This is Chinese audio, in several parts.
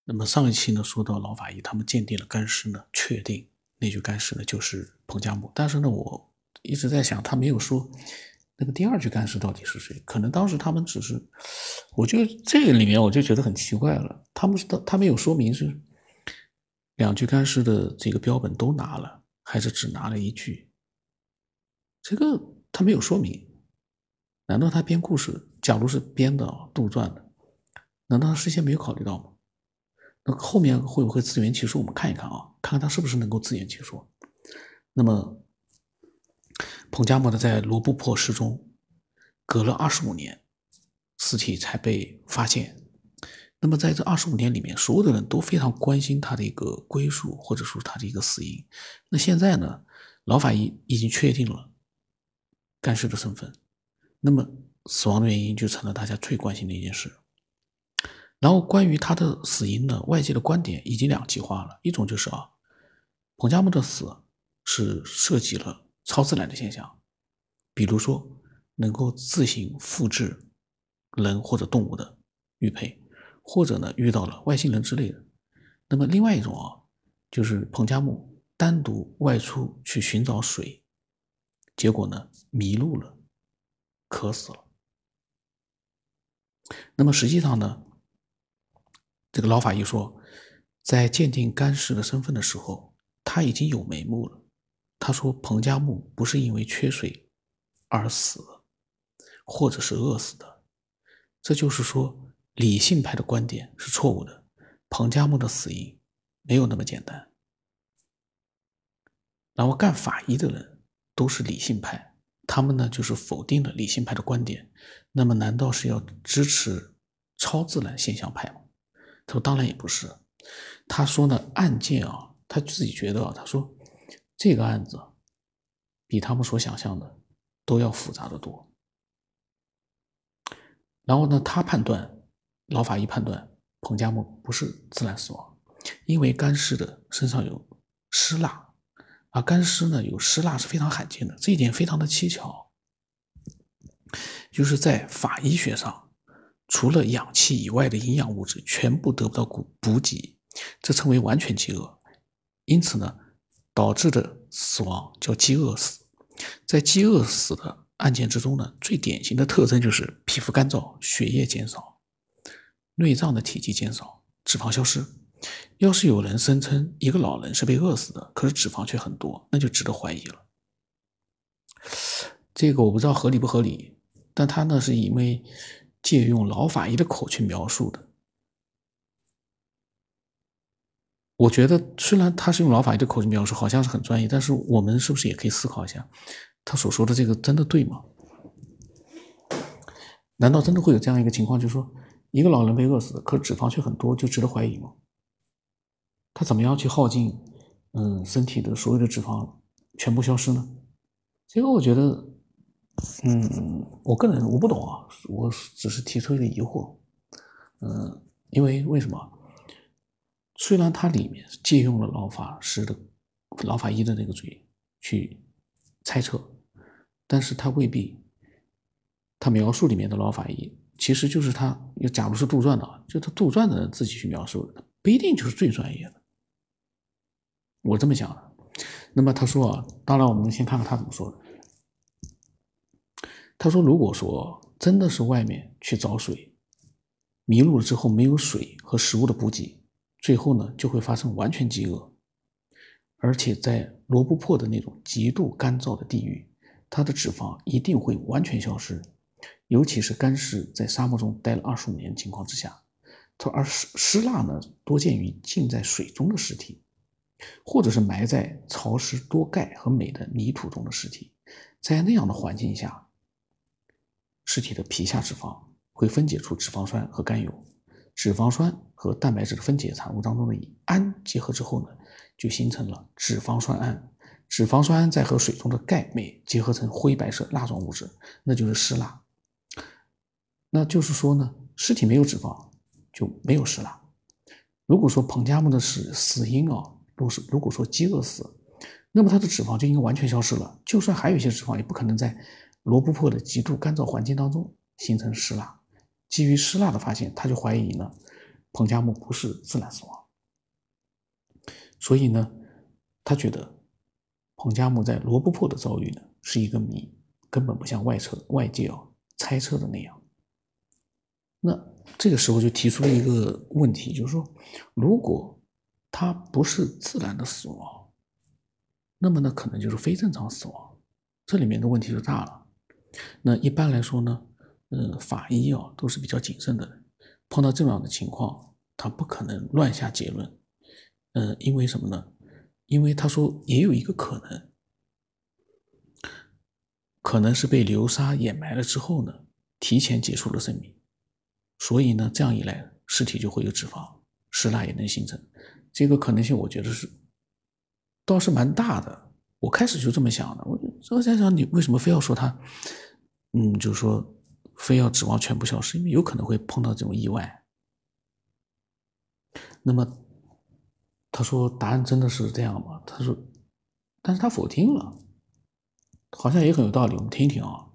那么上一期呢，说到老法医他们鉴定了干尸呢，确定那具干尸呢就是彭加木。但是呢，我一直在想，他没有说那个第二具干尸到底是谁。可能当时他们只是，我就这个里面我就觉得很奇怪了，他没有说明是两具干尸的这个标本都拿了，还是只拿了一具？这个他没有说明。难道他编故事？假如是编的杜撰的，难道他事先没有考虑到吗？那后面会不会自圆其说？我们看一看啊，看看他是不是能够自圆其说。那么，彭加木的在罗布泊失踪，隔了25年，尸体才被发现。那么在这25年里面，所有的人都非常关心他的一个归属，或者说他的一个死因。那现在呢，老法医已经确定了干尸的身份，那么死亡的原因就成了大家最关心的一件事。然后关于他的死因呢，外界的观点已经两极化了。一种就是彭加木的死是涉及了超自然的现象，比如说能够自行复制人或者动物的玉佩，或者呢遇到了外星人之类的。那么另外一种就是彭加木单独外出去寻找水，结果呢迷路了，渴死了。那么实际上呢，这个老法医说，在鉴定干尸的身份的时候，他已经有眉目了。他说，彭加木不是因为缺水而死的，或者是饿死的。这就是说，理性派的观点是错误的。彭加木的死因没有那么简单。然后干法医的人都是理性派，他们呢就是否定了理性派的观点。那么难道是要支持超自然现象派吗？他说当然也不是。他说呢，案件他自己觉得他说这个案子比他们所想象的都要复杂得多。然后呢，老法医判断彭加木不是自然死亡，因为干尸的身上有尸蜡，而干尸呢有尸蜡是非常罕见的，这一点非常的蹊跷。就是在法医学上，除了氧气以外的营养物质全部得不到补给，这称为完全饥饿。因此呢，导致的死亡叫饥饿死。在饥饿死的案件之中呢，最典型的特征就是皮肤干燥、血液减少、内脏的体积减少、脂肪消失。要是有人声称一个老人是被饿死的，可是脂肪却很多，那就值得怀疑了。这个我不知道合理不合理，但他呢是因为借用老法医的口去描述的。我觉得虽然他是用老法医的口去描述，好像是很专业，但是我们是不是也可以思考一下，他所说的这个真的对吗？难道真的会有这样一个情况，就是说一个老人被饿死，可脂肪却很多，就值得怀疑吗？他怎么样去耗尽身体的所有的脂肪全部消失呢？这个我觉得我个人我不懂我只是提出一个疑惑。因为为什么？虽然它里面借用了老法医的那个嘴去猜测，但是他未必，他描述里面的老法医其实就是他，假如是杜撰的，就他杜撰的人自己去描述的，不一定就是最专业的。我这么想的。那么他说当然我们先看看他怎么说的。他说，如果说真的是外面去找水，迷路了之后没有水和食物的补给，最后呢就会发生完全饥饿。而且在罗布泊的那种极度干燥的地域，它的脂肪一定会完全消失，尤其是干尸在沙漠中待了25年的情况之下。而尸蜡呢多见于浸在水中的尸体，或者是埋在潮湿多钙和镁的泥土中的尸体。在那样的环境下，尸体的皮下脂肪会分解出脂肪酸和甘油，脂肪酸和蛋白质的分解产物当中的氨结合之后呢，就形成了脂肪酸胺。脂肪酸胺再和水中的钙镁结合成灰白色蜡状物质，那就是尸蜡。那就是说呢，尸体没有脂肪就没有尸蜡。如果说彭加木的死因如果说饥饿死，那么他的脂肪就应该完全消失了，就算还有一些脂肪，也不可能在罗布泊的极度干燥环境当中形成尸蜡。基于尸蜡的发现，他就怀疑呢， 彭加木不是自然死亡，所以呢，他觉得彭加木在罗布泊的遭遇呢是一个谜，根本不像外界猜测的那样。那这个时候就提出了一个问题，就是说，如果他不是自然的死亡，那么呢可能就是非正常死亡，这里面的问题就大了。那一般来说呢，法医都是比较谨慎的人，碰到这样的情况，他不可能乱下结论。因为什么呢？因为他说也有一个可能是被流沙掩埋了之后呢，提前结束了生命，所以呢，这样一来，尸体就会有脂肪，尸蜡也能形成。这个可能性，我觉得倒是蛮大的。我开始就这么想的，我在想，你为什么非要说他，就是说非要指望全部消失，因为有可能会碰到这种意外。那么他说答案真的是这样吗？他说，但是他否定了，好像也很有道理。我们听一听啊。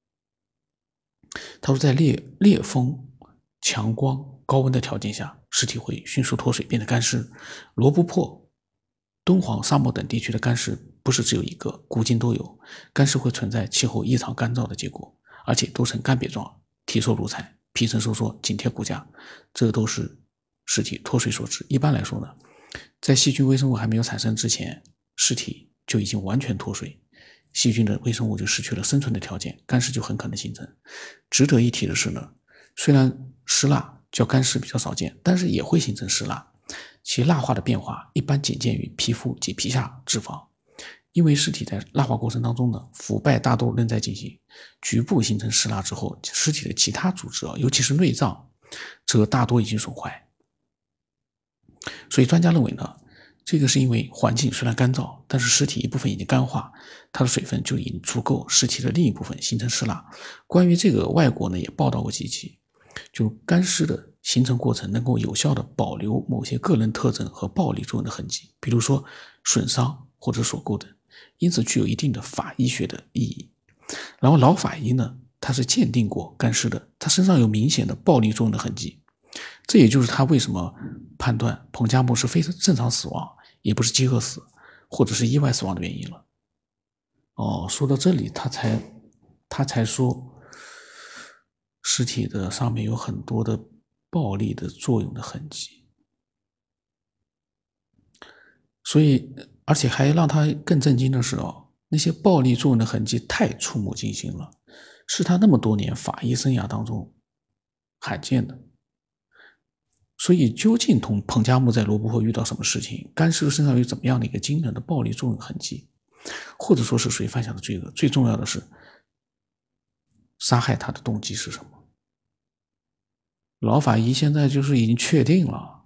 他说，在烈风、强光、高温的条件下，尸体会迅速脱水，变得干湿。罗布泊、敦煌沙漠等地区的干湿不是只有一个，古今都有。干湿会存在气候异常干燥的结果，而且都呈干瘪状，体瘦如柴，皮层收缩，紧贴骨架，这都是尸体脱水所致。一般来说呢，在细菌微生物还没有产生之前，尸体就已经完全脱水，细菌的微生物就失去了生存的条件，干湿就很可能形成。值得一提的是呢，虽然湿蜡较干湿比较少见，但是也会形成湿蜡，其蜡化的变化一般仅见于皮肤及皮下脂肪。因为尸体在蜡化过程当中呢，腐败大都仍在进行，局部形成湿蜡之后，尸体的其他组织尤其是内脏，则大多已经损坏。所以专家认为呢，这个是因为环境虽然干燥，但是尸体一部分已经干化，它的水分就已经足够尸体的另一部分形成湿蜡。关于这个，外国呢也报道过几起，就干湿的形成过程能够有效的保留某些个人特征和暴力作用的痕迹，比如说损伤或者锁固等，因此具有一定的法医学的意义。然后老法医呢，他是鉴定过干尸的，他身上有明显的暴力作用的痕迹，这也就是他为什么判断彭加木是非正常死亡，也不是饥饿死或者是意外死亡的原因了。说到这里，他才说尸体的上面有很多的暴力的作用的痕迹，所以而且还让他更震惊的是那些暴力作用的痕迹太触目惊心了，是他那么多年法医生涯当中罕见的。所以究竟彭加木在罗布泊遇到什么事情，干尸身上有怎么样的一个惊人的暴力作用痕迹，或者说是谁犯下的罪恶，最重要的是杀害他的动机是什么。老法医现在就是已经确定了，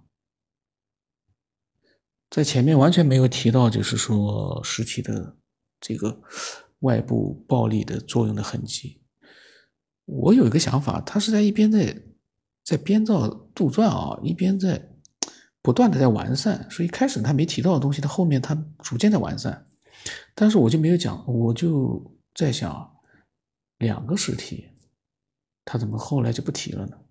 在前面完全没有提到就是说尸体的这个外部暴力的作用的痕迹。我有一个想法，他是在一边在编造杜撰一边在不断的在完善，所以开始他没提到的东西，他后面他逐渐在完善。但是我就没有讲，我就在想两个尸体，他怎么后来就不提了呢？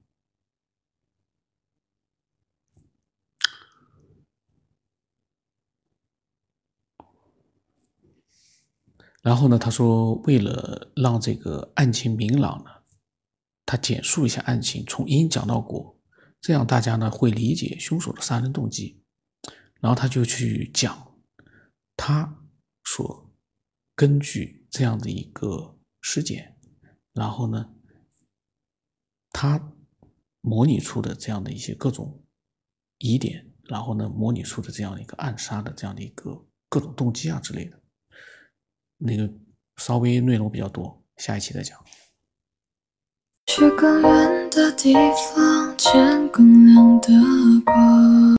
然后呢，他说为了让这个案情明朗呢，他简述一下案情，从因讲到果，这样大家呢会理解凶手的杀人动机。然后他就去讲他所根据这样的一个事件，然后呢，他模拟出的这样的一些各种疑点，然后呢，模拟出的这样一个暗杀的这样的一个各种动机之类的，那个稍微内容比较多，下一期再讲。 去更远的地方，见更亮的光。